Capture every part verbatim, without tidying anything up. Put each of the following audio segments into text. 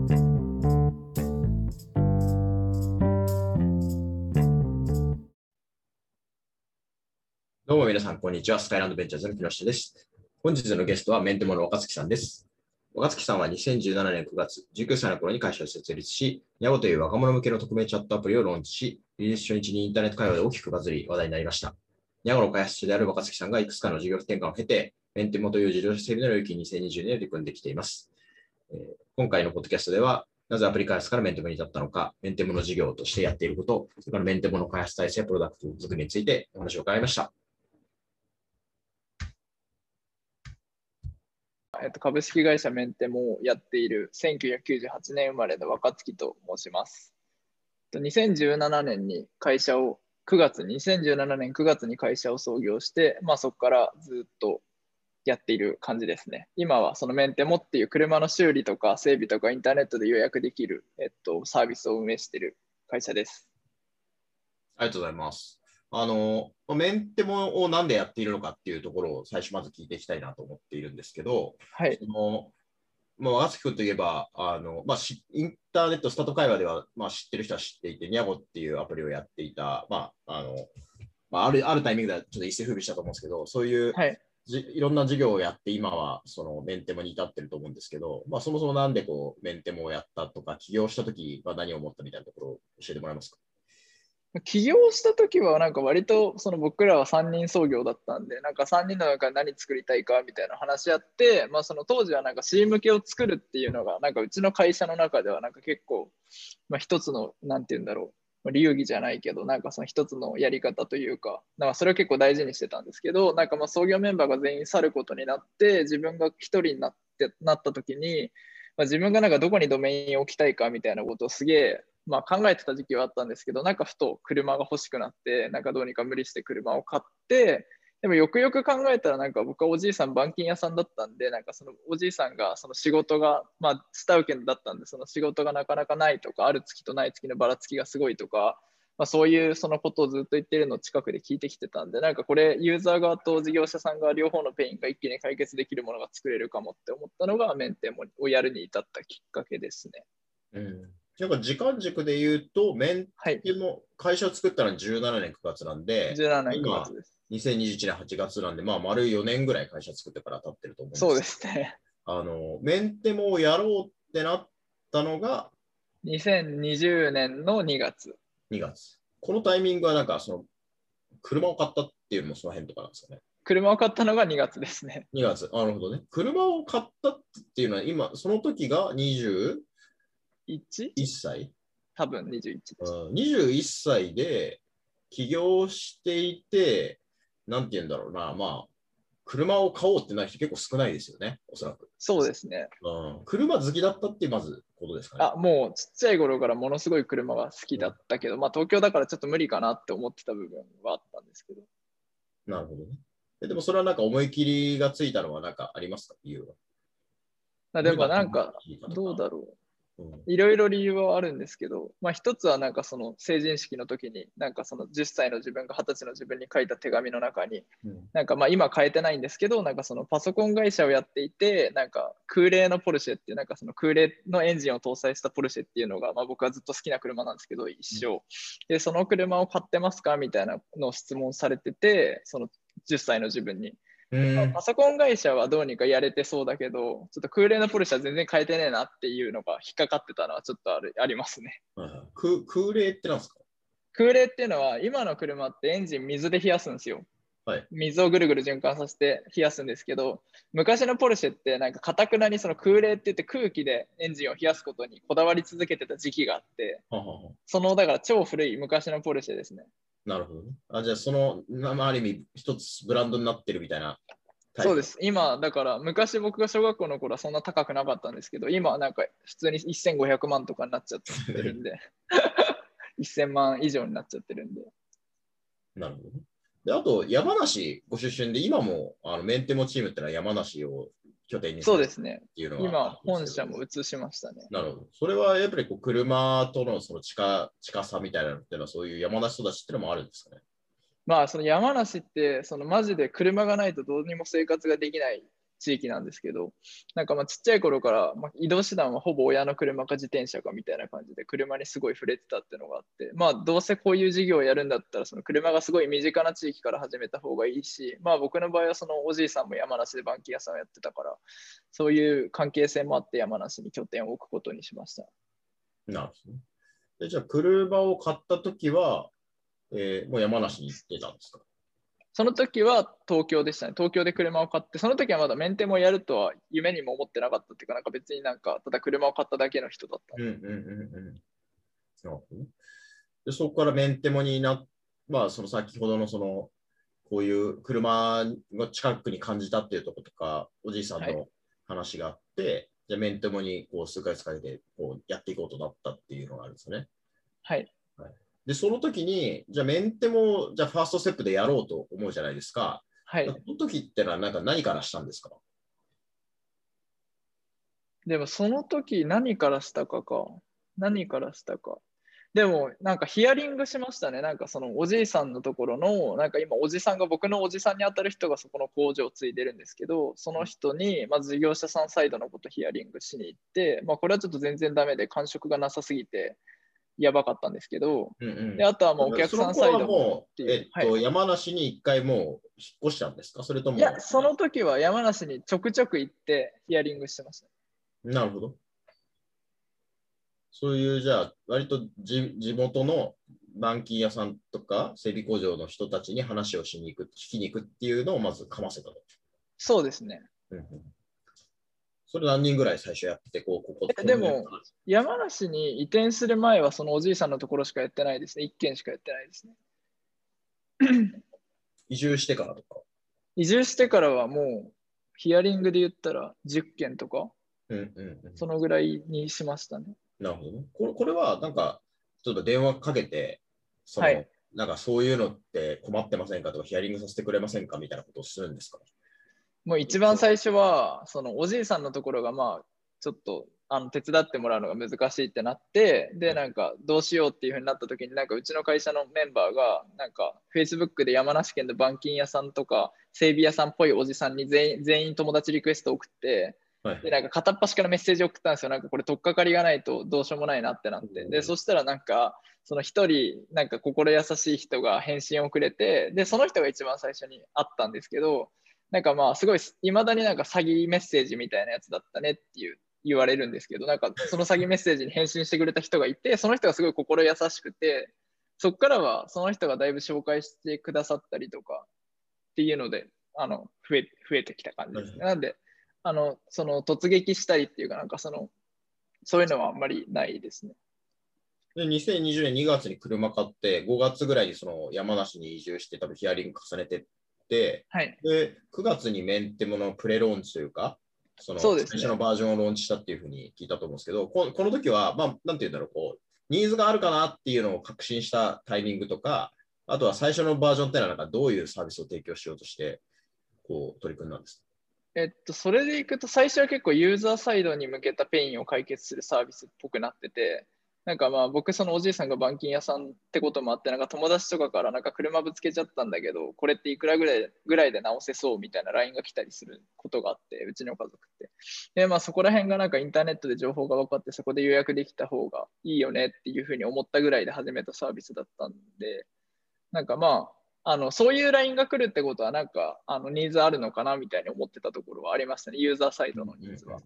どうも皆さん、こんにちは。スカイランドベンチャーズの木下です。本日のゲストはメンテモの若月さんです。若月さんはにせんじゅうななねんくがつ、じゅうきゅうさいの頃に会社を設立し、ニャゴという若者向けの匿名チャットアプリをローンチし、リリース初日にインターネット会話で大きくバズり話題になりました。ニャゴの開発者である若月さんがいくつかの事業転換を経て、メンテモという自動車整備の領域ににせんにじゅうねんに取り組んできています。えー、今回のポッドキャストでは、なぜアプリ開発からメンテモに至ったのか、メンテモの事業としてやっていること、それからメンテモの開発体制やプロダクト作りについてお話を伺いました。 えっと、株式会社メンテモをやっているせんきゅうひゃくきゅうじゅうはちねん生まれの若月と申します。にせんじゅうななねんに会社をくがつ、にせんじゅうななねんくがつに会社を創業して、まあ、そこからずっとやっている感じですね。今はそのメンテモっていう車の修理とか整備とかインターネットで予約できる、えっと、サービスを運営している会社です。 ありがとうございます。あの、メンテモをなんでやっているのかっていうところを最初まず聞いていきたいなと思っているんですけど、 はい。 そのまあ、若月君といえば、あのまあ、インターネットスタート会話では、まあ、知ってる人は知っていて、ニャゴっていうアプリをやっていた、まああのまあ、あるあるタイミングではちょっと一世風靡したと思うんですけど、そういう、 はい、 じいろんな事業をやって、今はそのメンテモに至ってると思うんですけど、まあ、そもそもなんでこうメンテモをやったとか、起業したときは何を思ったみたいなところを教えてもらえますか？ 起業した時はなんか割とその僕らはさんにん創業だったんで、なんかさんにんの中で何作りたいかみたいな話し合って、まあ、その当時はなんか シー 向けを作るっていうのがなんかうちの会社の中ではなんか結構、まあ、一つのなんて言うんだろう、流儀じゃないけどなんかその一つのやり方というか、なんかそれを結構大事にしてたんですけど、なんかまあ創業メンバーが全員去ることになって自分が一人になってなった時に、まあ、自分がなんかどこにドメインを置きたいかみたいなことをすげえまあ、考えてた時期はあったんですけど、なんかふと車が欲しくなって、なんかどうにか無理して車を買って、でもよくよく考えたら、なんか僕はおじいさん板金屋さんだったんで、なんかそのおじいさんがその仕事が、まあ、下請けだったんで、その仕事がなかなかないとか、ある月とない月のばらつきがすごいとか、まあ、そういうそのことをずっと言ってるのを近くで聞いてきてたんで、なんかこれ、ユーザー側と事業者さん側両方のペインが一気に解決できるものが作れるかもって思ったのが、メンテをやるに至ったきっかけですね。 うんなんか時間軸で言うと、メンはい。 テも会社を作ったのはじゅうななねんくがつなんで、 じゅうななねん9 今、 月です。 にせんにじゅういちねんはちがつなんで、まあ、丸よねんぐらい会社作ってから経ってると思うんでそうす。 ですね。 あの、メンテモをやろうってなったのがにせんにじゅうねんのにがつ。 にがつ。このタイミングはなんか、その、車を買ったっていうのもその辺とかなんですかね。 車を買ったのがにがつですね。 にがつ。あ、なるほどね。車を買ったっていうのは、今、その時がにじゅういっいち? 歳多分にじゅういちです。 うん、にじゅういっさいで起業していて、なんて言うんだろうな、まあ、車を買おうってなる人結構少ないですよね、おそらく。 そうですね。 うん、車好きだったっていうまずことですかね。 あ、もうちっちゃい頃からものすごい車が好きだったけど、まあ東京だからちょっと無理かなって思ってた部分はあったんですけど。 なるほどね。でもそれはなんか思い切りがついたのはなんかありますか理由は。 まあ、でも今なんか、 いいかとか。 どうだろう。 うん、 いろいろ理由はあるんですけど、まあ、一つはなんかその成人式の時に、なんかそのじゅっさいの自分がはたちの自分に書いた手紙の中に、 うん、 なんかまあ今変えてないんですけど、なんかそのパソコン会社をやっていて、なんか空冷のポルシェっていう、なんかその空冷のエンジンを搭載したポルシェっていうのが、まあ僕はずっと好きな車なんですけど、一生。で、その車を買ってますかみたいなのを質問されてて、そのじゅっさいの自分に。 うんパソコン会社はどうにかやれてそうだけど、ちょっと空冷のポルシェは全然変えてねえなっていうのが引っかかってたのはちょっとあるありますね。 はいはい、空空冷ってなんですか？ 空冷っていうのは今の車ってエンジン水で冷やすんですよ。 はい。 水をぐるぐる循環させて冷やすんですけど、昔のポルシェってなんかかたくなにその空冷って言って空気でエンジンを冷やすことにこだわり続けてた時期があって、 はははそのだから超古い昔のポルシェですね。 なるほどね。あ、じゃあその、まあ、ある意味一つブランドになってるみたいなタイプだ。 そうです。今、だから昔僕が小学校の頃はそんな高くなかったんですけど、今はなんか普通にせんごひゃくまんとかになっちゃってるんで、せんまん以上になっちゃってるんで。 なるほどね。で、あと、山梨ご出身で、今もあのメンテモチームってのは山梨を拠点にされてるそうですね。 っていうのはあ今、 るんですけど、 本社も移しましたね。 なるほど。それはやっぱりこう車とのその近近さみたいなのっていうのは、そういう山梨育ちっていうのもあるんですかね。 まあ、その山梨って、そのマジで車がないとどうにも生活ができない地域なんですけど、なんかまあちっちゃい頃から、まあ、移動手段はほぼ親の車か自転車かみたいな感じで車にすごい触れてたっていうのがあって、まあどうせこういう事業をやるんだったらその車がすごい身近な地域から始めた方がいいし、まあ僕の場合はそのおじいさんも山梨で板金屋さんをやってたから、そういう関係性もあって山梨に拠点を置くことにしました。 なるほどね。でじゃあ車を買ったときは、えーもう山梨に行ってたんですか？ その時は東京でしたね。東京で車を買って、その時はまだメンテもやるとは夢にも思ってなかったっていうか、なんか別になんかただ車を買っただけの人だった。 うんうんうんうん。なるほどね。で、そこからメンテモになっ、まあ、その先ほどのその、こういう車が近くに感じたっていうところとか、おじいさんはい。 の話があって、じゃあメンテモにこう数ヶ月かけてこうやっていこうとなったっていうのがあるんですよね。 はい。 はい、で、その時に、じゃあメンテも、じゃあファーストステップでやろうと思うじゃないですか。 はい。 その時ってのはなんか何からしたんですか？ でもその時何からしたかか。何からしたか。でもなんかヒアリングしましたね。なんかそのおじいさんのところの、なんか今おじさんが僕のおじさんに当たる人がそこの工場を継いでるんですけど、その人にまず事業者さんサイドのことヒアリングしに行って、まあこれはちょっと全然ダメで感触がなさすぎてやばかったんですけど、 うんで、あとはもうおうん。 客さんその頃はサイドももう、 っていう。はい。 えっと、山梨に一回もう引っ越したんですか？それといや、 も、 その時は山梨にちょくちょく行ってヒアリングしてました。 なるほど。そういう、じゃあ、割と地地元の板金屋さんとか整備工場の人たちに話をしに行く、聞きに行くっていうのをまずかませたと。 そうですね。 うんうん、それ何人ぐらい最初やって、こう、ここ、 え、 こんなやつでも、山梨に移転する前はそのおじいさんのところしかやってないですね。一軒しかやってないですね。 移住してからとか。 移住してからはもう、ヒアリングで言ったらじゅっけんとか、 うんうんうん。 そのぐらいにしましたね。 なるほどね。これ、これは、なんか、ちょっと電話かけて、その、 はい。 なんかそういうのって困ってませんかとか、ヒアリングさせてくれませんかみたいなことをするんですか？ もう一番最初は、そのおじいさんのところが、まあ、ちょっと、あの手伝ってもらうのが難しいってなって、で、 はい。 なんか、どうしようっていうふうになった時に、なんか、うちの会社のメンバーが、なんか、Facebook で山梨県の板金屋さんとか、整備屋さんっぽいおじさんに全員全員友達リクエストを送って、で、 はいはい。 なんか、片っ端からメッセージを送ったんですよ。なんか、これ、取っかかりがないとどうしようもないなってなって。で、そしたら、なんか、その一人、なんか、心優しい人が返信をくれて、で、その人が一番最初に会ったんですけど、なんかまあ、すごい、いまだになんか詐欺メッセージみたいなやつだったねっていう言われるんですけど、なんかその詐欺メッセージに返信してくれた人がいて、その人がすごい心優しくて、そこからはその人がだいぶ紹介してくださったりとかっていうので、あの、増え、増えてきた感じですね。 はいはい。 なんで、あの、その突撃したりっていうか、なんかその、そういうのはあんまりないですね。 で、にせんにじゅうねんにがつに車買って、ごがつぐらいにその山梨に移住して、多分ヒアリング重ねてって、 はい。 で、くがつにメンテモのプレローンチというか、その最初のそうですね。 バージョンをローンチしたっていうふうに聞いたと思うんですけど、ここの時は、まあ、なんていうんだろう、こう、ニーズがあるかなっていうのを確信したタイミングとか、あとは最初のバージョンっていうのはなんかどういうサービスを提供しようとして、こう、取り組んだんですえっと、それでいくと、最初は結構ユーザーサイドに向けたペインを解決するサービスっぽくなってて、なんかまあ僕、そのおじいさんが板金屋さんってこともあって、なんか友達とかからなんか車ぶつけちゃったんだけど、これっていくらぐらいぐらいで直せそうみたいな ライン が来たりすることがあって、うちの家族って。で、まあそこら辺がなんかインターネットで情報が分かって、そこで予約できた方がいいよねっていうふうに思ったぐらいで始めたサービスだったんで、なんかまあ、あのそういう ライン が来るってことは、なんかあのニーズあるのかなみたいに思ってたところはありましたね、ユーザーサイドのニーズは。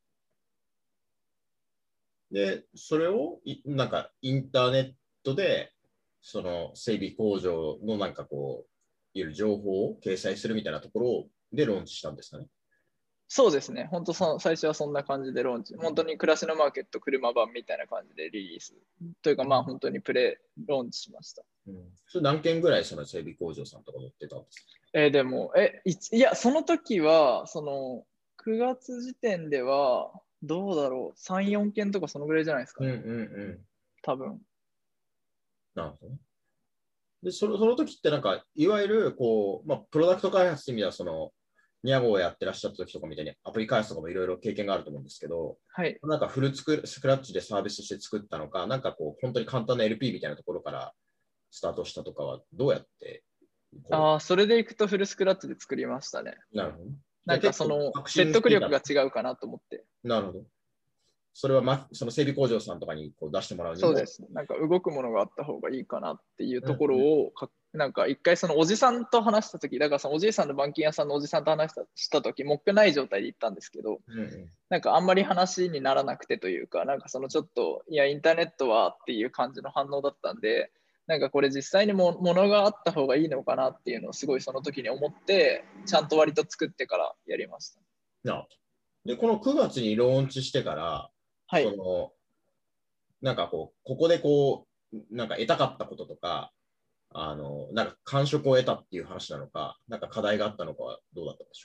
で、それをいなんかインターネットで、その整備工場のなんかこう、いわゆる情報を掲載するみたいなところでローンチしたんですかね。 そうですね、本当そ最初はそんな感じでローンチ、本当に暮らしのマーケット車版みたいな感じでリリースというか、まあ本当にプレイローンチしました。 うん、それ何件ぐらいその整備工場さんとか乗ってたんですか？ えーでも、えい、いや、その時は、そのくがつ時点では、どうだろう、さん、よんけんとかそのぐらいじゃないですかね、 うんうんうん。 多分。 なるほどね。で、そのその時ってなんか、いわゆるこう、まあ、プロダクト開発っていう意味では、その、ニャゴをやってらっしゃった時とかみたいにアプリ開発とかもいろいろ経験があると思うんですけど、 はい。 なんかフルスクスクラッチでサービスして作ったのか、なんかこう、本当に簡単な エルピー みたいなところからスタートしたとかは、どうやってこああ、それでいくとフルスクラッチで作りましたね。 う、なるほどね。 なんかその説得力が違うかなと思って。 なるほど。それは、ま、その整備工場さんとかにこう出してもらうにもそうです。なんか動くものがあった方がいいかなっていうところうんうんをか、なんか一回そのおじさんと話したとき、だからそのおじいさんの板金屋さんのおじさんと話したしたとき、モップない状態で行ったんですけど、 うんうんなんかあんまり話にならなくてというか、なんかそのちょっと、いや、インターネットはっていう感じの反応だったんで、なんかこれ実際にもものがあった方がいいのかなっていうのをすごいその時に思って、ちゃんと割と作ってからやりました。 なるほど。で、このくがつにローンチしてから、 はい。 その、なんかこう、ここでこう、なんか得たかったこととか、あの、なんか感触を得たっていう話なのか、なんか課題があったのかはどうだったでしょ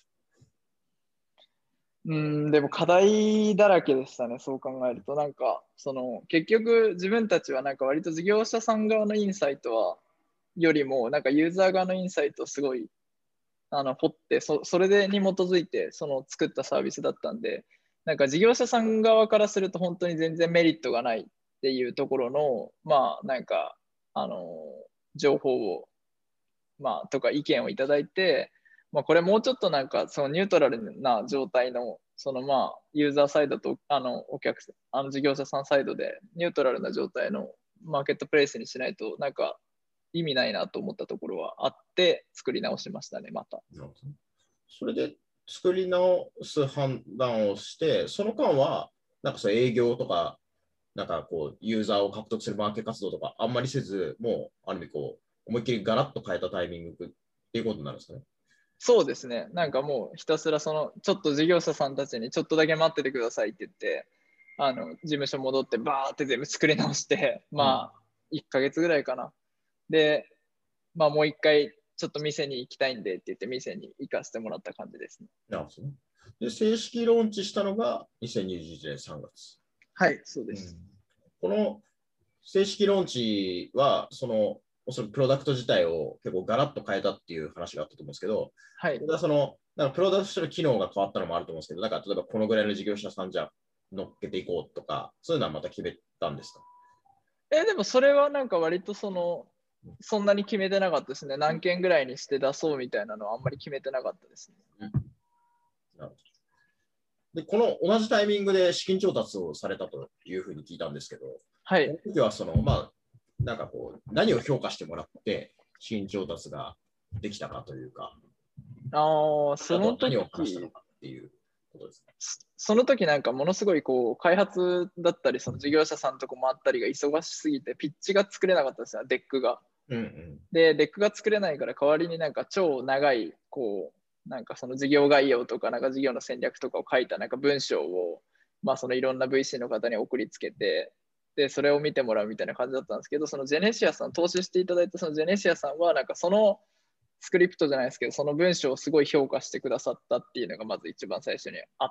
うん、でも課題だらけでしたね、そう考えると。なんか、その、結局自分たちはなんか割と事業者さん側のインサイトは、よりも、なんかユーザー側のインサイトをすごい、あの、掘って、そ、それでに基づいて、その作ったサービスだったんで、なんか事業者さん側からすると本当に全然メリットがないっていうところの、まあ、なんか、あの、情報を、まあ、とか意見をいただいて、まあ、これもうちょっとなんかそのニュートラルな状態のそのまあユーザーサイドとあのお客さん、あの事業者さんサイドでニュートラルな状態のマーケットプレイスにしないとなんか意味ないなと思ったところはあって作り直しましたね、また。 う。なるほど。それで作り直す判断をして、その間は、なんかそう営業とか、なんかこう、ユーザーを獲得するマーケ活動とか、あんまりせず、もう、ある意味こう、思いっきりガラッと変えたタイミングっていうことになるんですかね。 そうですね。なんかもうひたすらそのちょっと事業者さんたちにちょっとだけ待っててくださいって言って、あの事務所戻ってバーって全部作り直して、 うん、 まあいっかげつぐらいかな。で、まあもう一回ちょっと店に行きたいんでって言って店に行かせてもらった感じですね。 なるほどね。で、正式ローンチしたのがにせんにじゅういちねんさんがつ。 はい、そうでうん、 す。 この正式ローンチは、その、そのプロダクト自体を結構ガラッと変えたっていう話があったと思うんですけど、 はい。 それはその、なんかプロダクトの機能が変わったのもあると思うんですけど、なんか例えばこのぐらいの事業者さんじゃ乗っけていこうとか、そういうのはまた決めたんですか？ え、でもそれはなんか割とその、そんなに決めてなかったですね。何件ぐらいにして出そうみたいなのはあんまり決めてなかったですね。 うん、なるほど。で、この同じタイミングで資金調達をされたというふうに聞いたんですけど、 はい。 この時はその、まあ、なんかこう、何を評価してもらって、資金調達ができたかというか、 ああ、そあとのは何を話したの時、 かっていうことですね。 その時なんかものすごいこう開発だったりその事業者さんとこもあったりが忙しすぎてピッチが作れなかったんですよ、デックが。 うんうん。 で、デックが作れないから代わりになんか超長いこうなんかその事業概要とかなんか事業の戦略とかを書いたなんか文章をまあそのいろんな ブイシー の方に送りつけて、でそれを見てもらうみたいな感じだったんですけど、そのジェネシアさん投資していただいたそのジェネシアさんはなんかそのスクリプトじゃないですけど、その文章をすごい評価してくださったっていうのがまず一番最初にあって、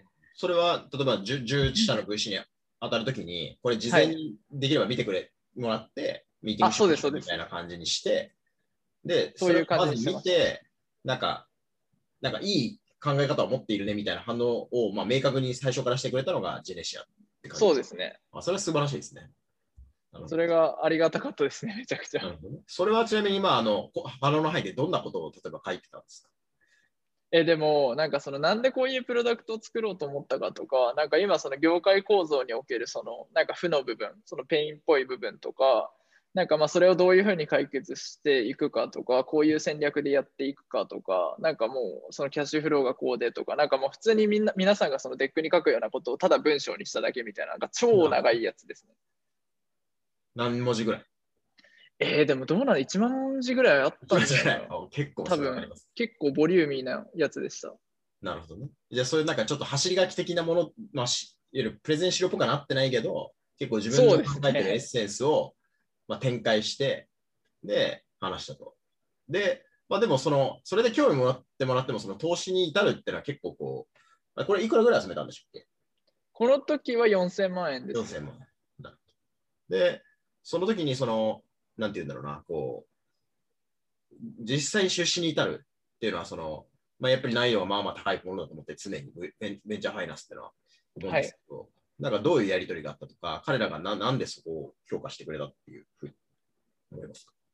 それは、例えばじゅじゅういち社の ブイシー に当たるときに、これ事はい。 前にできれば見てくれもらって、ミーティンあ、 グしましょうみそうですそうです。 たいな感じにして、で、それをそういう感じまずにしてました。 見て、なんか、なんかいい考え方を持っているねみたいな反応を、まあ、明確に最初からしてくれたのがジェネシアって感じです。 そうですね。 あ、それは素晴らしいですね。なるほど。 それがありがたかったですね、めちゃくちゃ。 なるほどね。それはちなみに、まあ、あの、ハローの範囲でどんなことを例えば書いてたんですか？ え、でも、なんかその、なんでこういうプロダクトを作ろうと思ったかとか、なんか今その業界構造におけるその、なんか負の部分、そのペインっぽい部分とか、なんかまあそれをどういうふうに解決していくかとか、こういう戦略でやっていくかとか、なんかもうそのキャッシュフローがこうでとか、なんかもう普通にみんな、皆さんがそのデックに書くようなことをただ文章にしただけみたいな、なんか超長いやつですね。 何文字ぐらい？ えー、でもどうなの？ いち 万字ぐらいあったんじゃないかな。 ぐらい。結構多分、 それはあります。 結構ボリューミーなやつでした。 なるほどね。じゃあ、そういうなんかちょっと走り書き的なもの、まあ、しいわゆるプレゼン資料っぽくはなってないけど、結構自分のそうです考えてるエッね。 センスを、まあ、展開して、で、話したと。で、まあでもその、それで興味もらってもらっても、その投資に至るっていうのは結構こう、これいくらぐらい集めたんでしたっけ？ この時はよんせんまん円ですね。 よんせん 万。で、その時にその、なんて言うんだろうな、こう、実際出資に至るっていうのは、その、まあ、やっぱり難易度はまあまあ高いものだと思って、常にベンベンチャーファイナンスっていうのは思うんはい。 ですけど、なんかどういうやり取りがあったとか、彼らがななんでそこを評価してくれたっていうふうに思いますか？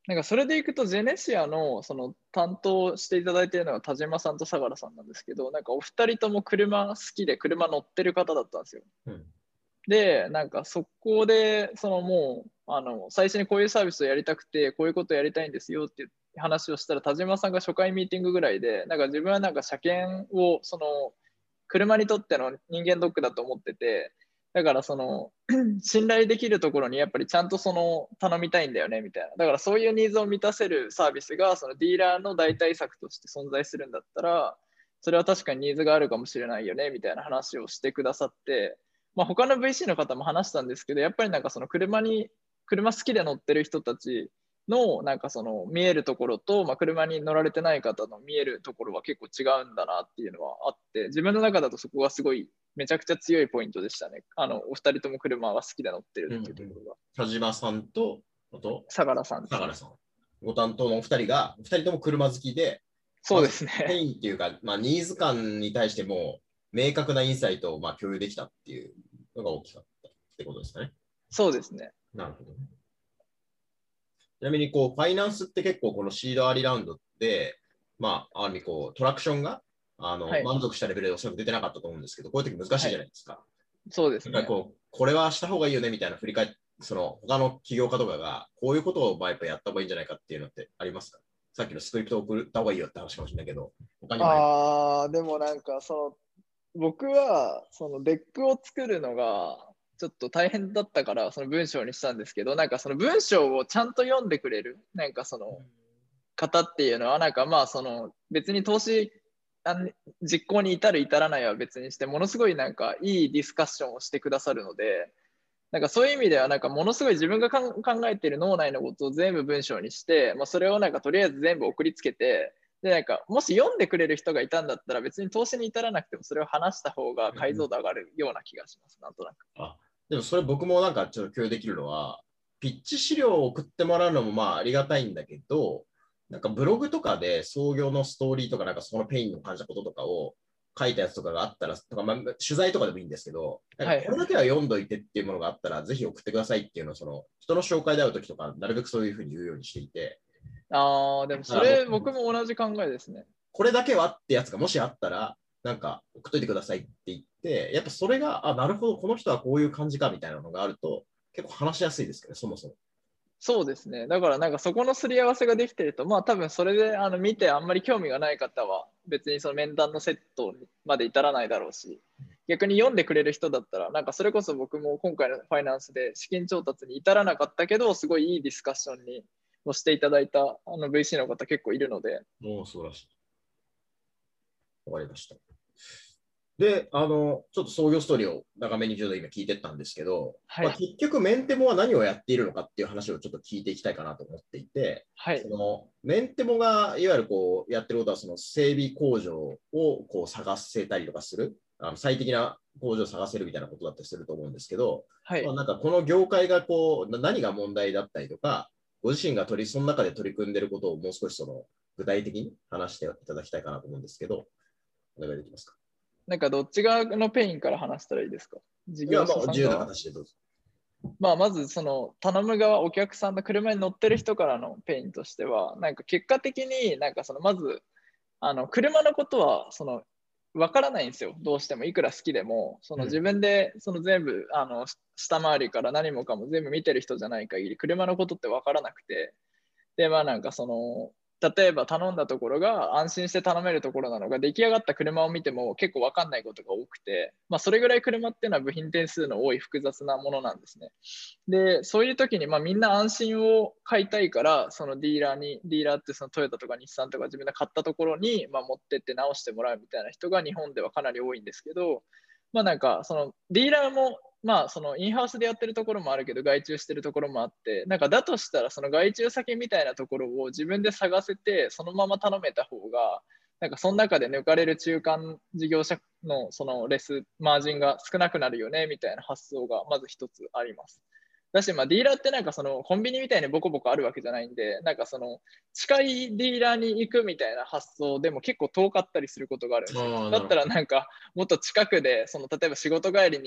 なんかそれでいくと、ジェネシアのその担当していただいているのが田島さんと相良さんなんですけど、なんかお二人とも車好きで車乗ってる方だったんですよ。 うん。 で、なんかそこで、そのもう、あの、最初にこういうサービスをやりたくて、こういうことをやりたいんですよっていう話をしたら、田島さんが初回ミーティングぐらいで、なんか自分はなんか車検を、その、車にとっての人間ドックだと思ってて、だからその、信頼できるところにやっぱりちゃんとその頼みたいんだよねみたいな。だからそういうニーズを満たせるサービスがそのディーラーの代替策として存在するんだったら、それは確かにニーズがあるかもしれないよねみたいな話をしてくださって、まあ、他の ブイシー の方も話したんですけど、やっぱりなんかその車に、車好きで乗ってる人たちのなんかその見えるところと、まあ、車に乗られてない方の見えるところは結構違うんだなっていうのはあって、自分の中だとそこがすごいめちゃくちゃ強いポイントでしたね。あの、お二人とも車が好きで乗ってるっていうところが。 田島さんと、あと、 相良さんですね。 相良さん。ご担当のお二人が、お二人とも車好きで、 そうですまずメね。 インっていうか、まあ、ニーズ感に対しても、明確なインサイトをまあ共有できたっていうのが大きかったってことですかね。 そうですね。 なるほどね。ちなみに、こう、ファイナンスって結構このシードアーリーラウンドで、まあ、ある意味こう、トラクションが、あの、 はい。 満足したレベルでおそらく出てなかったと思うんですけど、こういう時難しいじゃないですか。はい、 そうですね。 やっぱりこう、これはした方がいいよねみたいな振り返って、その他の起業家とかが、こういうことをまあやっぱやった方がいいんじゃないかっていうのってありますか？さっきのスクリプトを送った方がいいよって話かもしれないけど、他にもあります。 ああ、でもなんかその、僕はそのデックを作るのがちょっと大変だったからその文章にしたんですけど、なんかその文章をちゃんと読んでくれるなんかその方っていうのはなんかまあその別に投資あの実行に至る至らないは別にしてものすごいなんかいいディスカッションをしてくださるので、なんかそういう意味ではなんかものすごい自分が考えている脳内のことを全部文章にして、まあ、それをなんかとりあえず全部送りつけて、でなんかもし読んでくれる人がいたんだったら別に投資に至らなくてもそれを話した方が解像度上がるような気がします、なんとなく。 あ、でもそれ僕もなんかちょっと共有できるのは、ピッチ資料を送ってもらうのもまあありがたいんだけど、なんかブログとかで創業のストーリーとか、なんかそのペインの感じたこととかを書いたやつとかがあったら、とかまあ、取材とかでもいいんですけど、なんかこれだけは読んどいてっていうものがあったら、ぜひ送ってくださいっていうのを、その人の紹介で会うときとか、なるべくそういうふうに言うようにしていて、 ああ、でもそれ僕も同じ考えですね。 これだけはってやつがもしあったら、なんか送っといてくださいって言って、やっぱそれが、あ、なるほど、この人はこういう感じかみたいなのがあると、結構話しやすいですけど、そもそも。 そうですね。だからなんかそこのすり合わせができてると、まあ多分それであの見てあんまり興味がない方は別にその面談のセットまで至らないだろうし、逆に読んでくれる人だったら、なんかそれこそ僕も今回のファイナンスで資金調達に至らなかったけど、すごいいいディスカッションにをしていただいたあの ブイシー の方結構いるので。 もう素晴らしい。わかりました。で、あの、ちょっと創業ストーリーを長めにちょっと今聞いてったんですけど、 はい。 まあ、結局メンテモは何をやっているのかっていう話をちょっと聞いていきたいかなと思っていて、 はい。 そのメンテモがいわゆるこうやってることはその整備工場をこう探せたりとかする、あの最適な工場を探せるみたいなことだったりすると思うんですけど、 はい。 まあ、なんかこの業界がこう何が問題だったりとか、ご自身が取りその中で取り組んでいることをもう少しその具体的に話していただきたいかなと思うんですけど、お願いできますか。 なんかどっち側のペインから話したらいいですか？事いや、 業まあ、自由な者さん側？ 形でどうぞ。 まあ、まずその頼む側、お客さんの車に乗ってる人からのペインとしては、なんか結果的になんかそのまずあの車のことはその分からないんですよ、どうしてもいくら好きでも、その自分でその全部あの下回りから何もかも全部見てる人じゃない限り、車のことって分からなくて、で、まあなんかその、例えば頼んだところが安心して頼めるところなのが出来上がった車を見ても結構分かんないことが多くて、まあ、それぐらい車っていうのは部品点数の多い複雑なものなんですね。で、そういう時にまあみんな安心を買いたいから、そのディーラーに、ディーラーってそのトヨタとか日産とか自分で買ったところにまあ持ってって直してもらうみたいな人が日本ではかなり多いんですけど、まあなんかそのディーラーもまあそのインハウスでやってるところもあるけど外注してるところもあって、なんかだとしたらその外注先みたいなところを自分で探せてそのまま頼めた方が、なんかその中で抜かれる中間事業者のそのレスマージンが少なくなるよねみたいな発想がまず一つあります。だし、まあ、ディーラーってなんかそのコンビニみたいにボコボコあるわけじゃないんで、なんかその近いディーラーに行くみたいな発想でも結構遠かったりすることがあるんですよ。だったらなんかもっと近くで、その例えば仕事帰りに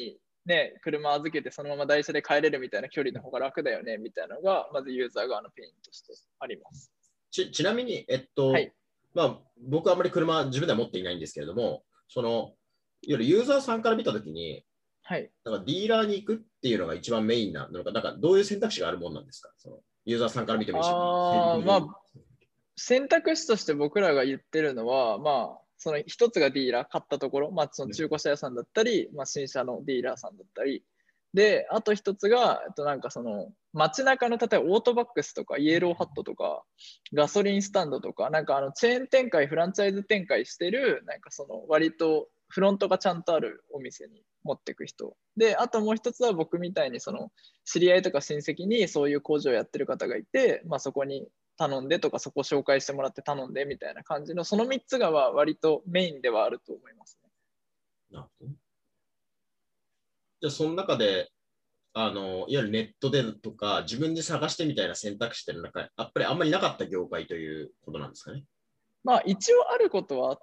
ね、車預けてそのまま台車で帰れるみたいな距離の方が楽だよねみたいなのが、まずユーザー側のペインとしてあります。 ちちなみに、えっと、 はい、 まあ、僕はあまり車自分では持っていないんですけれども、その、いわゆるユーザーさんから見たときに、 はい、 なんかディーラーに行くっていうのが一番メインなのか、なんかどういう選択肢があるもんなんですか、そのユーザーさんから見てもいいし、 あーまあ、選択肢として僕らが言ってるのは、まあ、その一つがディーラー、買ったところ、まあ、その中古車屋さんだったり、まあ、新車のディーラーさんだったり、で、あと一つが、えっと、なんかその、街中の、例えばオートバックスとか、イエローハットとか、ガソリンスタンドとか、なんかあの、チェーン展開、フランチャイズ展開してる、なんかその、割とフロントがちゃんとあるお店に持っていく人。で、あともう一つは僕みたいに、その、知り合いとか親戚にそういう工場をやってる方がいて、まあ、そこに頼んでとか、そこを紹介してもらって頼んでみたいな感じの、そのみっつが割とメインではあると思いますね。 なるほど。じゃあ、その中で、あの、いわゆるネットでとか、自分で探してみたいな選択肢っての中、やっぱりあんまりなかった業界ということなんですかね。 まあ一応あることはあって、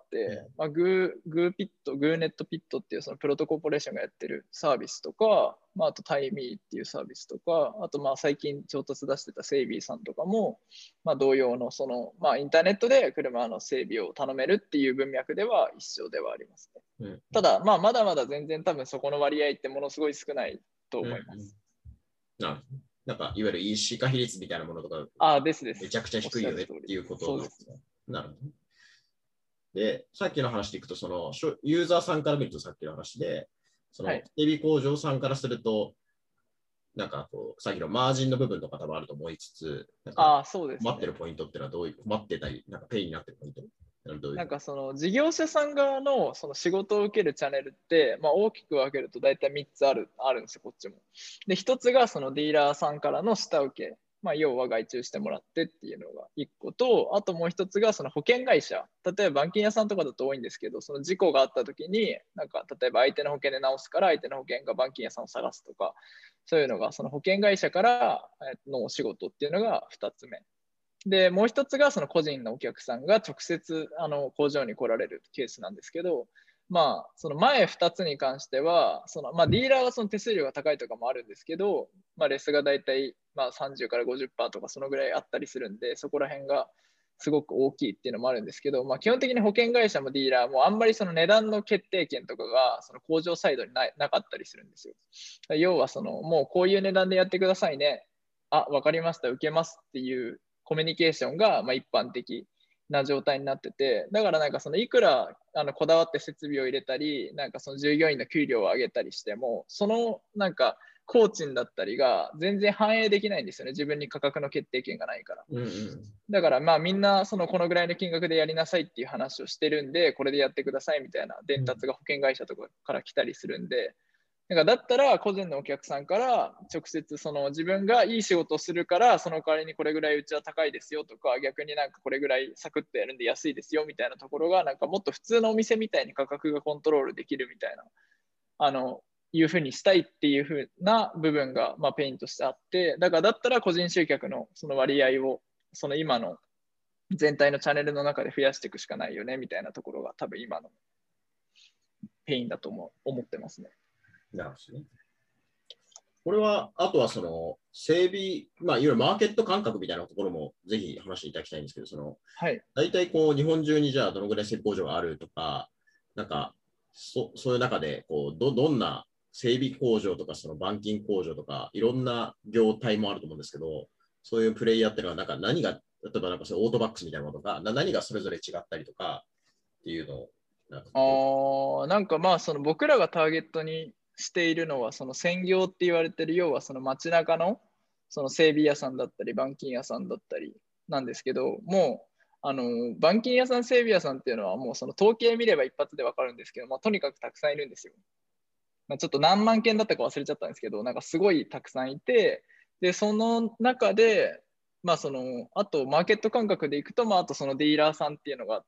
まあ、グー、グーピット、グーネットピットっていうそのプロトコーポレーションがやってるサービスとか、まあ、あとタイミーっていうサービスとか、あとまあ最近調達出してたセイビーさんとかも、まあ同様のその、まあインターネットで車の整備を頼めるっていう文脈では一緒ではありますね。 うん、 ただ、まあまだまだ全然多分そこの割合ってものすごい少ないと思います。 うんうん、ななんか、いわゆる イーシー 化比率みたいなものとか、 ああ、ですです。 めちゃくちゃ低いよねっていうことそうですね。 なるほど。で、さっきの話でいくと、そのユーザーさんから見るとさっきの話で、その整備工場さんからすると、なんかこう、さっきのマージンの部分とか多分あると思いつつ、なんか待ってるポイントっていうのはどういう、待ってたり、なんかペイになってるポイントなんかその事業者さん側のその仕事を受けるチャンネルって、まあ、大きく分けると大体みっつあるあるんですよ、こっちも。で、ひとつがそのディーラーさんからの下請け、まあ、要は外注してもらってっていうのがいっこと、あともうひとつがその保険会社、例えば板金屋さんとかだと多いんですけど、その事故があった時に、なんか例えば相手の保険で直すから相手の保険が板金屋さんを探すとか、そういうのがその保険会社からのお仕事っていうのがふたつめ。で、もう一つがその個人のお客さんが直接あの工場に来られるケースなんですけど、まあ、その前ふたつに関しては、そのまあ、ディーラーはその手数料が高いとかもあるんですけど、まあ、レスがだいたいまあさんじゅうから ごじゅっパーセント とかそのぐらいあったりするんで、そこら辺がすごく大きいっていうのもあるんですけど、まあ、基本的に保険会社もディーラーもあんまりその値段の決定権とかがその工場サイドに な, なかったりするんですよ。要はそのもうこういう値段でやってくださいね。あ、わかりました、受けますっていうコミュニケーションがまあ一般的な状態になってて、だからなんかそのいくらあのこだわって設備を入れたり、なんかその従業員の給料を上げたりしても、そのなんか工賃だったりが全然反映できないんですよね。自分に価格の決定権がないから。 うんうん、 だからまあみんなそのこのぐらいの金額でやりなさいっていう話をしてるんで、これでやってくださいみたいな伝達が保険会社とかから来たりするんで、なんかだったら個人のお客さんから直接その自分がいい仕事をするからその代わりにこれぐらいうちは高いですよとか、逆になんかこれぐらいサクッとやるんで安いですよみたいなところがなんかもっと普通のお店みたいに価格がコントロールできるみたいな、あのいうふうにしたいっていうふうな部分がまあペインとしてあって、だからだったら個人集客のその割合をその今の全体のチャンネルの中で増やしていくしかないよねみたいなところが多分今のペインだと思思ってますね。 なるほどね。これは、あとはその整備、まあ、いわゆるマーケット感覚みたいなところもぜひ話していただきたいんですけど、その、 はい、 大体こう日本中にじゃあどのぐらい整備工場があるとか、なんかそそういう中でこう ど, どんな整備工場とかその板金工場とかいろんな業態もあると思うんですけど、そういうプレイヤーっていうのはなんか何が、例えばなんかそういうオートバックスみたいなものとか、何がそれぞれ違ったりとかっていうのをなんか、 あなんかまあその僕らがターゲットにしているのはその専業って言われてる、要はその街中のその整備屋さんだったり板金屋さんだったりなんですけど、もうあの板金屋さん整備屋さんっていうのはもうその統計見れば一発で分かるんですけど、まあ、とにかくたくさんいるんですよ。まあ、ちょっと何万件だったか忘れちゃったんですけど、なんかすごいたくさんいて、でその中でまあそのあとマーケット感覚でいくと、まあ、あとそのディーラーさんっていうのがあって、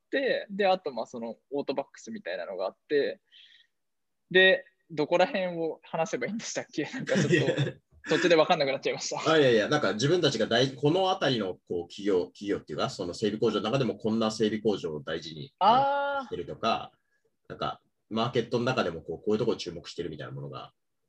であとまあそのオートバックスみたいなのがあって、でどこら辺を話せばいいんでしたっけ？なんかちょっと途中で分かんなくなっちゃいました。 あ、いやいや、なんか自分たちが大この辺りのこう企業、企業っていうか、その整備工場の中でもこんな整備工場を大事にしてるとか、なんかマーケットの中でもこうこういうところを注目してるみたいなものが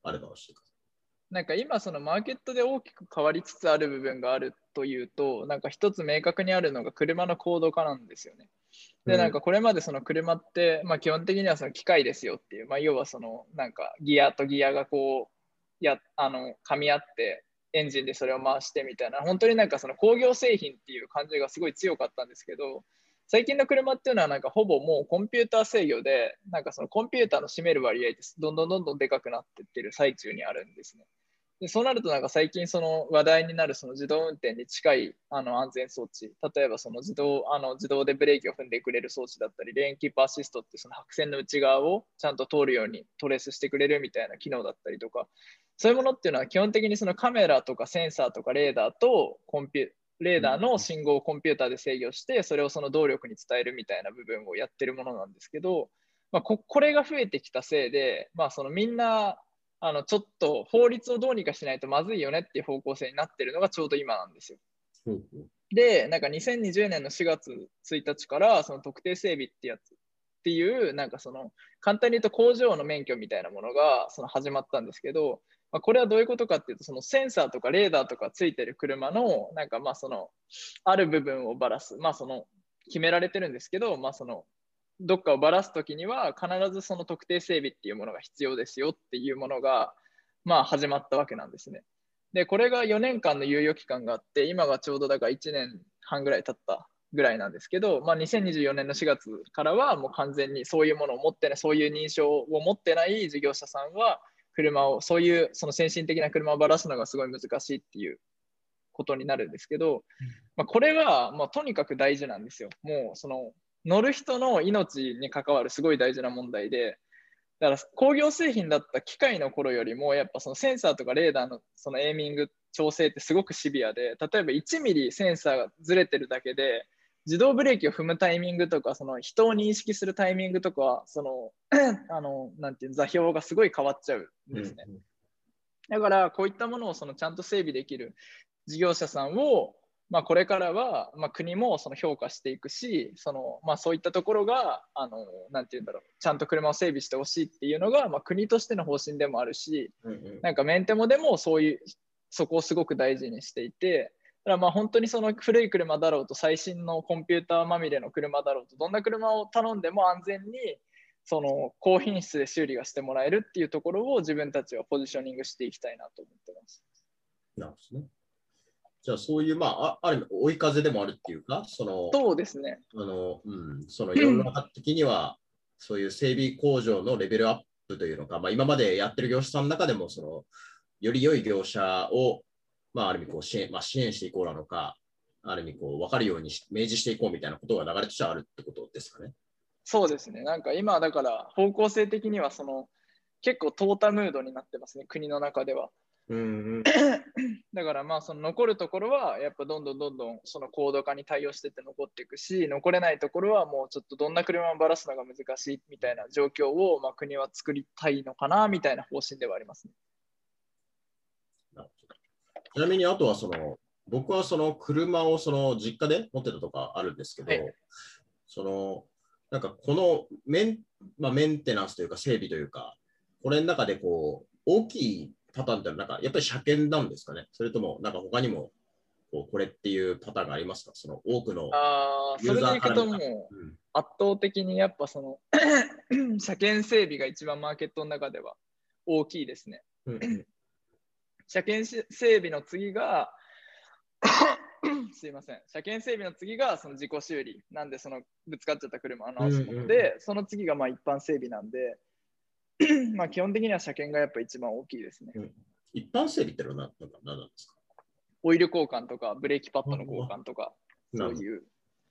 あれば教えてくださなんか今そのマーケットで大きく変わりつつある部分があるというと、なんか一つ明確にあるのが車の高度化なんですよね。 い。 で、なんかこれまでその車って、まあ、基本的にはその機械ですよっていう、まあ、要はそのなんかギアとギアがこうやあの噛み合ってエンジンでそれを回してみたいな、本当になんかその工業製品っていう感じがすごい強かったんですけど、最近の車っていうのはなんかほぼもうコンピューター制御で、なんかそのコンピューターの占める割合ですどんどんどんどんでかくなっていってる最中にあるんですね。でそうなるとなんか最近その話題になるその自動運転に近いあの安全装置、例えばその自動あの自動でブレーキを踏んでくれる装置だったり、レーンキープアシストってその白線の内側をちゃんと通るようにトレースしてくれるみたいな機能だったりとか、そういうものっていうのは基本的にそのカメラとかセンサーとかレーダーとコンピュレーダーの信号をコンピューターで制御して、それをその動力に伝えるみたいな部分をやってるものなんですけど、まあ、ここれが増えてきたせいで、まあ、そのみんなあのちょっと法律をどうにかしないとまずいよねっていう方向性になってるのがちょうど今なんですよ。 うんうんで、なんかにせんにじゅうねんのしがつついたちからその特定整備ってやつっていう、なんかその簡単に言うと工場の免許みたいなものがその始まったんですけど、まあ、これはどういうことかっていうと、そのセンサーとかレーダーとかついてる車のなんかまあそのある部分をばらす、まあその決められてるんですけど、まあそのどっかをばらすときには必ずその特定整備っていうものが必要ですよっていうものがまあ始まったわけなんですね。で、これがよねんかんの猶予期間があって、今がちょうどだからいちねんはんぐらい経ったぐらいなんですけど、まあ、にせんにじゅうよねんのしがつからはもう完全にそういうものを持ってない、そういう認証を持ってない事業者さんは車を、そういうその先進的な車をばらすのがすごい難しいっていうことになるんですけど、まあ、これはもうとにかく大事なんですよ。もうその乗る人の命に関わるすごい大事な問題で、だから工業製品だった機械の頃よりもやっぱそのセンサーとかレーダーのそのエーミング調整ってすごくシビアで、例えばいちミリセンサーがずれてるだけで自動ブレーキを踏むタイミングとか、その人を認識するタイミングとか、そのあのなんていう座標がすごい変わっちゃうんですね。だからこういったものをそのちゃんと整備できる事業者さんを、まあ、これからは、まあ、国もその評価していくし、そのまあ、そういったところがあのなんていうんだろう、ちゃんと車を整備してほしいっていうのが、まあ、国としての方針でもあるし、 うんうんなんかメンテモでもそういうそこをすごく大事にしていて、だからまあ本当にその古い車だろうと最新のコンピューターまみれの車だろうと、どんな車を頼んでも安全にその高品質で修理がしてもらえるっていうところを自分たちはポジショニングしていきたいなと思ってます。 なるほどね。じゃあそういう、まあ、あある意味追い風でもあるっていうか、その、 そうですね。 あの、うん、その世の中的には、そういう整備工場のレベルアップというのか、まあ、今までやってる業者さんの中でも、その、より良い業者を、まあ、ある意味こう支援、まあ、支援していこうなのか、ある意味こう分かるように明示していこうみたいなことが流れとしてはあるってことですかね。 そうですね。なんか今だから方向性的にはその結構淘汰ムードになってますね、国の中では。 うんうん、 だからまあその残るところはやっぱどんどんどんどんその高度化に対応してって残っていくし、残れないところはもうちょっとどんな車をばらすのが難しいみたいな状況をまあ国は作りたいのかなみたいな方針ではありますね。 なるほど。ちなみにあとはその、僕はその車をその実家で持ってたとかあるんですけど、 はい、 その、なんかこのメン、まあ、メンテナンスというか整備というか、これの中でこう、大きいパターンってなんかやっぱり車検なんですかね、それともなんか他にもこうこれっていうパターンがありますか、その多くのあそユーれでいくザーから見た。 ともううん、 圧倒的にやっぱその車検整備が一番マーケットの中では大きいですね。 うんうん車検整備の次がすいません。車検整備の次がその自己修理なんで、そのぶつかっちゃった車を直すもので、 うんうんうん、 その次がまあ一般整備なんで、まあ基本的には車検がやっぱ一番大きいですね。 うん、一般整備ってのは何なんですか。 オイル交換とか、ブレーキパッドの交あ換とか、 なるほど。 そういう。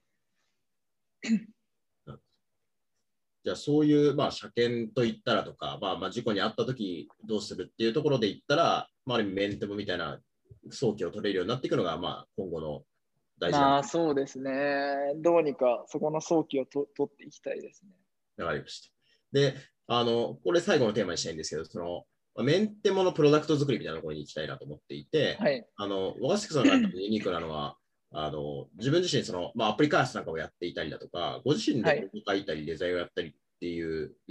じゃあそういう、まあ、車検といったらとか、まあ、まあ事故に遭ったときどうするっていうところで言ったら、まあ、ある意味メンテモみたいな早期を取れるようになっていくのが、まあ、今後の大事な。 まあそうですね。どうにかそこの早期をと取っていきたいですね。 わかりました。で、あの、これ最後のテーマにしたいんですけど、その、メンテモのプロダクト作りみたいなところに行きたいなと思っていて、 はい。 あの、若槻さんがユニークなのは、あの、自分自身、その、まあ、アプリ開発なんかをやっていたりだとか、ご自身ではい。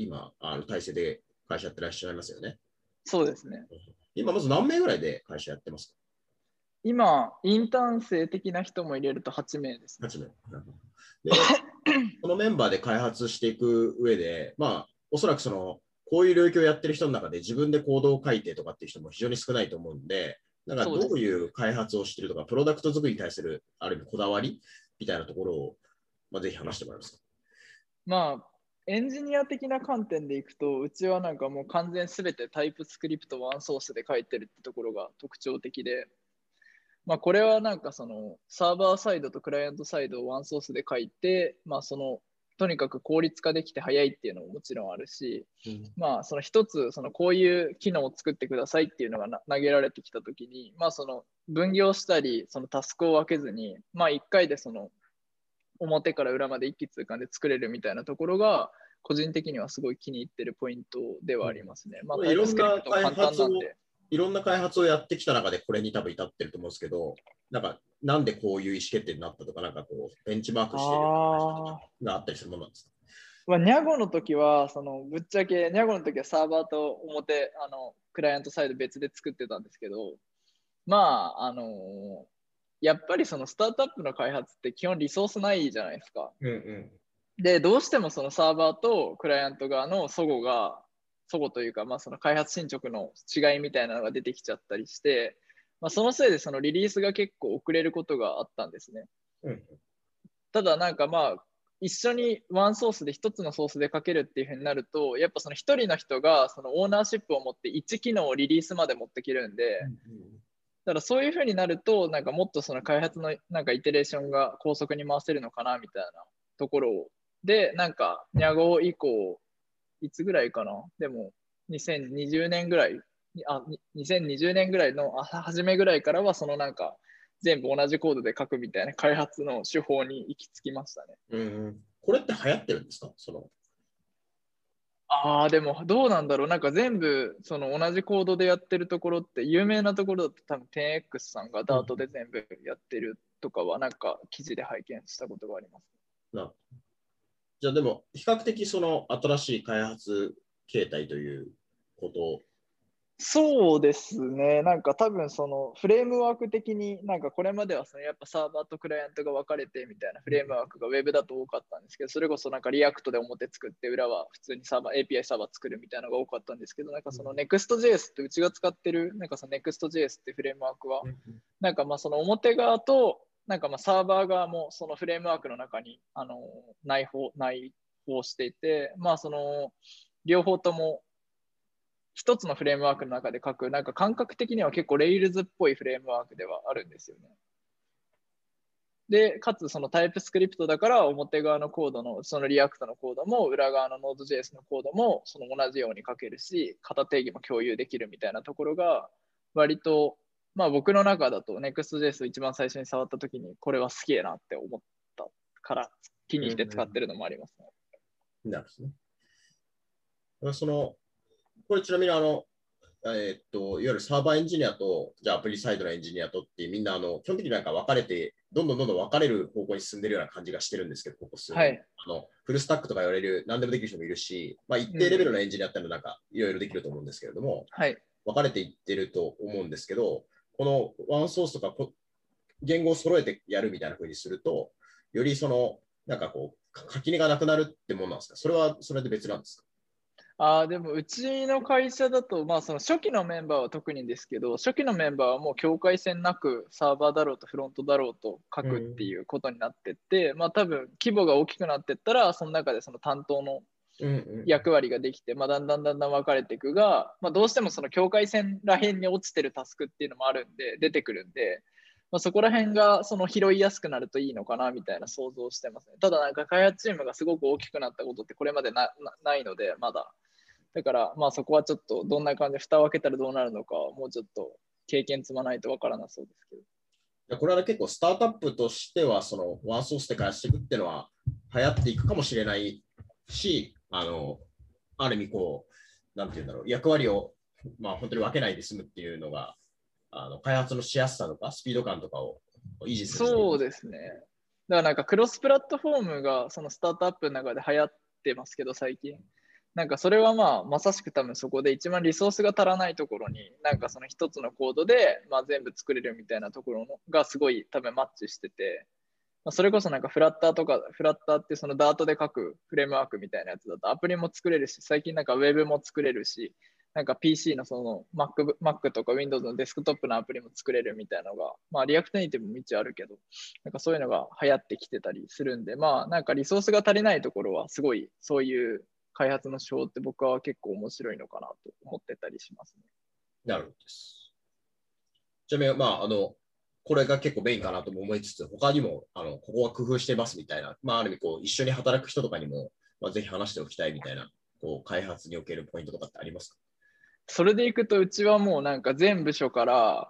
コード書いたり、デザインをやったりっていう、今、あの体制で会社やってらっしゃいますよね。 そうですね。 今、まず何名ぐらいで会社やってますか？ 今、インターン生的な人も入れるとはち名ですね。 はち名。で、そのメンバーで開発していく上で、まあ、おそらくその、こういう領域をやってる人の中で自分でコードを書いてとかっていう人も非常に少ないと思うんで、なんかどういう開発をしてるとか、プロダクト作りに対するある意味こだわりみたいなところを、まあ、ぜひ話してもらえますか。 まあ、エンジニア的な観点でいくと、うちはなんかもう完全すべてタイプスクリプトワンソースで書いてるってところが特徴的で、まあ、これはなんかそのサーバーサイドとクライアントサイドをワンソースで書いて、まあ、そのとにかく効率化できて早いっていうのももちろんあるし、うん、まあその一つそのこういう機能を作ってくださいっていうのが投げられてきたときに、まあその分業したりそのタスクを分けずに、まあいっかいでその表から裏まで一気通貫で作れるみたいなところが個人的にはすごい気に入ってるポイントではありますね。うん、まあタイプスクリプト簡単なんで。 いろんな開発をやってきた中でこれに多分至ってると思うんですけど、なんかなんでこういう意思決定になったとか、なんかこうベンチマークしてるがあったりするものなんですか？ まあ、ニャゴの時は、そのぶっちゃけ、ニャゴの時はサーバーと表、あのクライアントサイド別で作ってたんですけど、まあ、あのー、やっぱりそのスタートアップの開発って基本リソースないじゃないですか。 うんうん、 で、どうしてもそのサーバーとクライアント側の齟齬が、齟齬というか、まあ、その開発進捗の違いみたいなのが出てきちゃったりして、まあ、そのせいでそのリリースが結構遅れることがあったんですね。うん、ただなんかまあ、一緒にワンソースで一つのソースで書けるっていう風になると、やっぱその一人の人がそのオーナーシップを持っていち機能をリリースまで持ってきるんで、だからそういう風になると、なんかもっとその開発のなんかイテレーションが高速に回せるのかなみたいなところで、なんかニャゴ以降、いつぐらいかな、でもにせんにじゅうねんぐらい、あ、にせんにじゅうねんぐらいの初めぐらいからは、そのなんか、全部同じコードで書くみたいな開発の手法に行き着きましたね。 うん、これって流行ってるんですか？そのああ、でもどうなんだろう。なんか全部その同じコードでやってるところって有名なところだと多分 テンエックス さんがダートで全部やってるとかはなんか記事で拝見したことがあります。 なじゃあでも比較的その新しい開発形態ということそうですね。なんか多分そのフレームワーク的になんかこれまではそのやっぱサーバーとクライアントが分かれてみたいなフレームワークが Web だと多かったんですけど、それこそなんかリアクトで表作って裏は普通にサーバー エーピーアイ サーバー作るみたいなのが多かったんですけど、なんかその Next.js ってうちが使ってるなんかその Next.js ってフレームワークはなんかまあその表側となんかまあサーバー側もそのフレームワークの中にあの内包内包していて、まあその両方とも一つのフレームワークの中で書く、なんか感覚的には結構 Rails っぽいフレームワークではあるんですよね。で、かつそのタイプスクリプトだから表側のコードの、そのリアクトのコードも裏側の Node.js のコードもその同じように書けるし、型定義も共有できるみたいなところが割と、まあ僕の中だと Next.js を一番最初に触った時にこれはすげえなって思ったから気に入って使ってるのもありますね。 うん、なるほどね。そのこれちなみにあの、えー、っと、いわゆるサーバーエンジニアと、じゃあアプリサイドのエンジニアとってみんなあの基本的になんか分かれて、どんどんどんどん分かれる方向に進んでるような感じがしてるんですけど、ここ数年、はい、あのフルスタックとか言われる何でもできる人もいるし、まあ、一定レベルのエンジニアってのはなんかいろいろできると思うんですけれども、はい、分かれていってると思うんですけど、このワンソースとか言語を揃えてやるみたいな風にすると、よりそのなんかこう垣根がなくなるってものなんですか？それはそれで別なんですか？ あでもうちの会社だと、まあ、その初期のメンバーは特にですけど、初期のメンバーはもう境界線なくサーバーだろうとフロントだろうと書くっていうことになってって、うん、まあ多分規模が大きくなっていったら、その中でその担当の役割ができて、まあ、だんだんだんだん分かれていくが、まあ、どうしてもその境界線らへんに落ちてるタスクっていうのもあるんで、出てくるんで、まあ、そこら辺がその拾いやすくなるといいのかなみたいな想像してますね。ただなんか開発チームがすごく大きくなったことってこれまで な, なないので、まだ。だから、まあそこはちょっとどんな感じで蓋を開けたらどうなるのか、もうちょっと経験積まないとわからなそうですけど。 これは結構スタートアップとしては、そのワンソースで開発していくっていうのは流行っていくかもしれないし、あの、ある意味こう、なんていうんだろう、役割を、まあ、本当に分けないで済むっていうのが、あの開発のしやすさとか、スピード感とかを維持する。 そうですね。だからなんかクロスプラットフォームがそのスタートアップの中で流行ってますけど、最近。 なんかそれはまあまさしく多分そこで一番リソースが足らないところになんかその一つのコードでまあ全部作れるみたいなところのがすごい多分マッチしてて、まあ、それこそなんかフラッターとかフラッターってそのダートで書くフレームワークみたいなやつだとアプリも作れるし、最近なんかウェブも作れるし、なんか ピーシー のその Mac, Mac とか Windows のデスクトップのアプリも作れるみたいなのが、まあリアクトネイティブも一応あるけど、なんかそういうのが流行ってきてたりするんで、まあなんかリソースが足りないところはすごいそういう開発の手法って僕は結構面白いのかなと思ってたりしますね。 なるほどです。ちなみに、まあ、あの、これが結構メインかなとも思いつつ、他にも、あの、ここは工夫してますみたいな、まあ、ある意味、こう、一緒に働く人とかにも、まあ、ぜひ話しておきたいみたいな、こう、開発におけるポイントとかってありますか？ それでいくと、うちはもうなんか全部署から、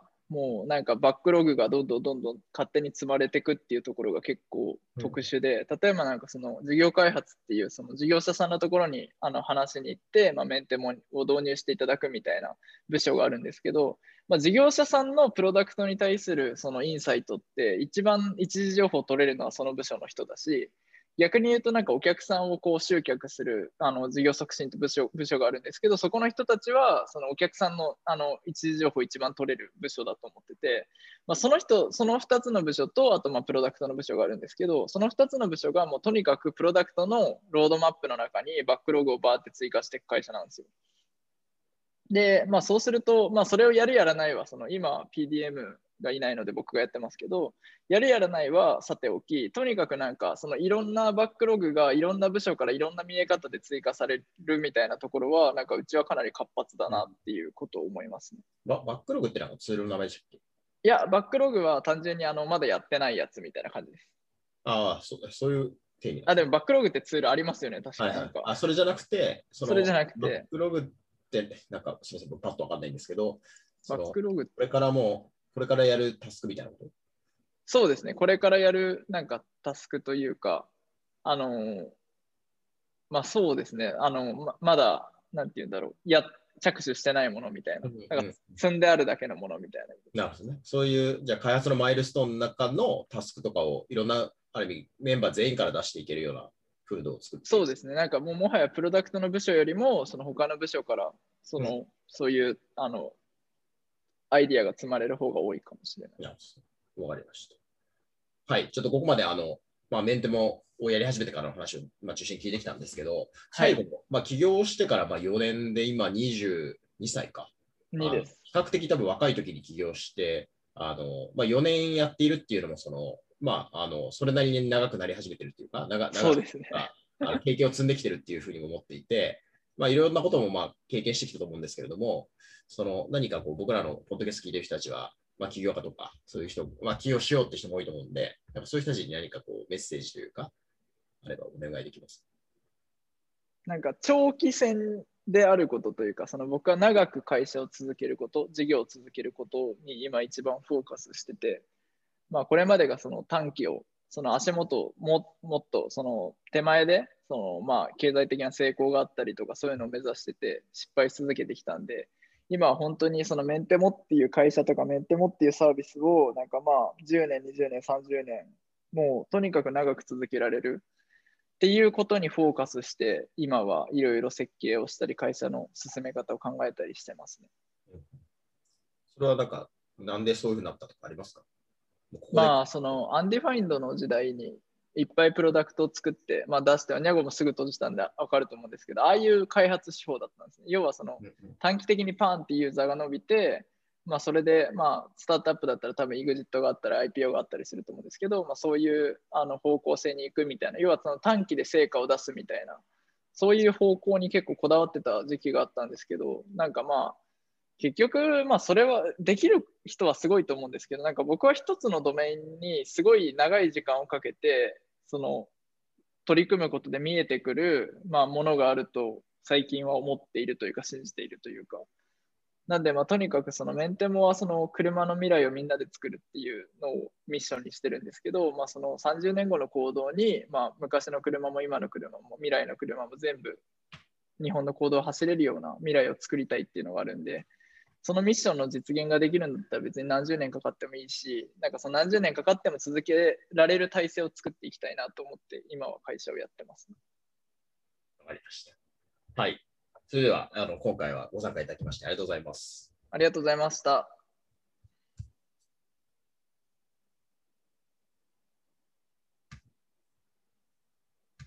もうなんかバックログがどんどんどんどん勝手に積まれていくっていうところが結構特殊で、うん、例えばなんかその事業開発っていうその事業者さんのところにあの話に行って、まあ、メンテモを導入していただくみたいな部署があるんですけど、まあ、事業者さんのプロダクトに対するそのインサイトって一番一時情報を取れるのはその部署の人だし、逆に言うとなんかお客さんをこう集客するあの事業促進と部署部署があるんですけど、そこの人たちはそのお客さんのあの一時情報を一番取れる部署だと思ってて、まあ、その人そのふたつの部署とあとまあプロダクトの部署があるんですけど、そのふたつの部署がもうとにかくプロダクトのロードマップの中にバックログをバーって追加していく会社なんですよ。で、まあ、そうすると、まあ、それをやるやらないはその今 ピーディーエム がいないので僕がやってますけど、やるやらないはさておき、とにかくなんかそのいろんなバックログがいろんな部署からいろんな見え方で追加されるみたいなところは、なんかうちはかなり活発だなっていうことを思いますね。 ババックログってなんかツールの名前でしたっけ？ いや、バックログは単純にあのまだやってないやつみたいな感じです。 ああ、そうだ、そういう定義なんですね。 あ、でもバックログってツールありますよね、確かはいはい。 なんか。 あ、それじゃなくて、そのそれじゃなくバッて、 クログって、なんか、すみません、僕パッとわかんないんですけど、そのこバックログ、 れからもう、これからやるタスクみたいなこと？ そうですね、これからやるなんかタスクというか、あのまあそうですね。あの、ま、まだ、なんて言うんだろう。や、着手してないものみたいな。なんか積んであるだけのものみたいな。なるほどね。そういう、じゃあ開発のマイルストーンの中のタスクとかをいろんな、ある意味、メンバー全員から出していけるようなフードを作って。 そうですね。なんかもうもはやプロダクトの部署よりも、その他の部署から、その、うん、そういう、あの、アイディアが積まれる方が多いかもしれない。 なるほど。わかりました。はい。ちょっとここまで、あの、まあ、メンテモをやり始めてからの話を、まあ、中心に聞いてきたんですけど、最後、はい、まあ、起業してからまあよねんで今にじゅうにさいか。 にです。 比較的多分若い時に起業して、あの、まあ、よねんやっているっていうのも、その、まあ、あの、それなりに長くなり始めてるっていうか、長そうですね。 あの経験を積んできてるっていうふうにも思っていて、まあ、いろんなこともまあ経験してきたと思うんですけれども、その何かこう僕らのポッドキャスト聞いてる人たちは、まあ、起業家とか、そういう人、まあ、起業しようって人も多いと思うんで、やっぱそういう人たちに何かこうメッセージというか、あればお願いできます。 なんか長期戦であることというか、その僕は長く会社を続けること、事業を続けることに今一番フォーカスしてて、まあ、これまでがその短期を、その足元をももっとその手前でそのまあ経済的な成功があったりとかそういうのを目指してて失敗し続けてきたんで、今は本当にそのメンテモっていう会社とかメンテモっていうサービスをなんかまあじゅうねん、にじゅうねん、さんじゅうねんもうとにかく長く続けられるっていうことにフォーカスして今はいろいろ設計をしたり会社の進め方を考えたりしてますね。 それはなんかなんでそういうふうになったとかありますか？ ここまあそのアンディファインドの時代にいっぱいプロダクトを作って、まあ、出してはニャゴもすぐ閉じたんで分かると思うんですけど、ああいう開発手法だったんですね。要はその短期的にパーンってユーザーが伸びて、まあ、それでまあスタートアップだったら多分 イグジット があったら アイピーオー があったりすると思うんですけど、まあ、そういうあの方向性に行くみたいな、要はその短期で成果を出すみたいな、そういう方向に結構こだわってた時期があったんですけど、なんかまあ結局、まあ、それはできる人はすごいと思うんですけど、なんか僕は一つのドメインにすごい長い時間をかけて、その取り組むことで見えてくる、まあ、ものがあると最近は思っているというか信じているというか。なんで、まあ、とにかくそのメンテモはその車の未来をみんなで作るっていうのをミッションにしてるんですけど、まあ、そのさんじゅうねんごの行動に、まあ、昔の車も今の車も未来の車も全部日本の行動を走れるような未来を作りたいっていうのがあるんで、そのミッションの実現ができるんだったら別に何十年かかってもいいし、なんかその何十年かかっても続けられる体制を作っていきたいなと思って、今は会社をやってます、ね。 わかりました。 はい。それでは、あの今回はご参加いただきましてありがとうございます。 ありがとうございました。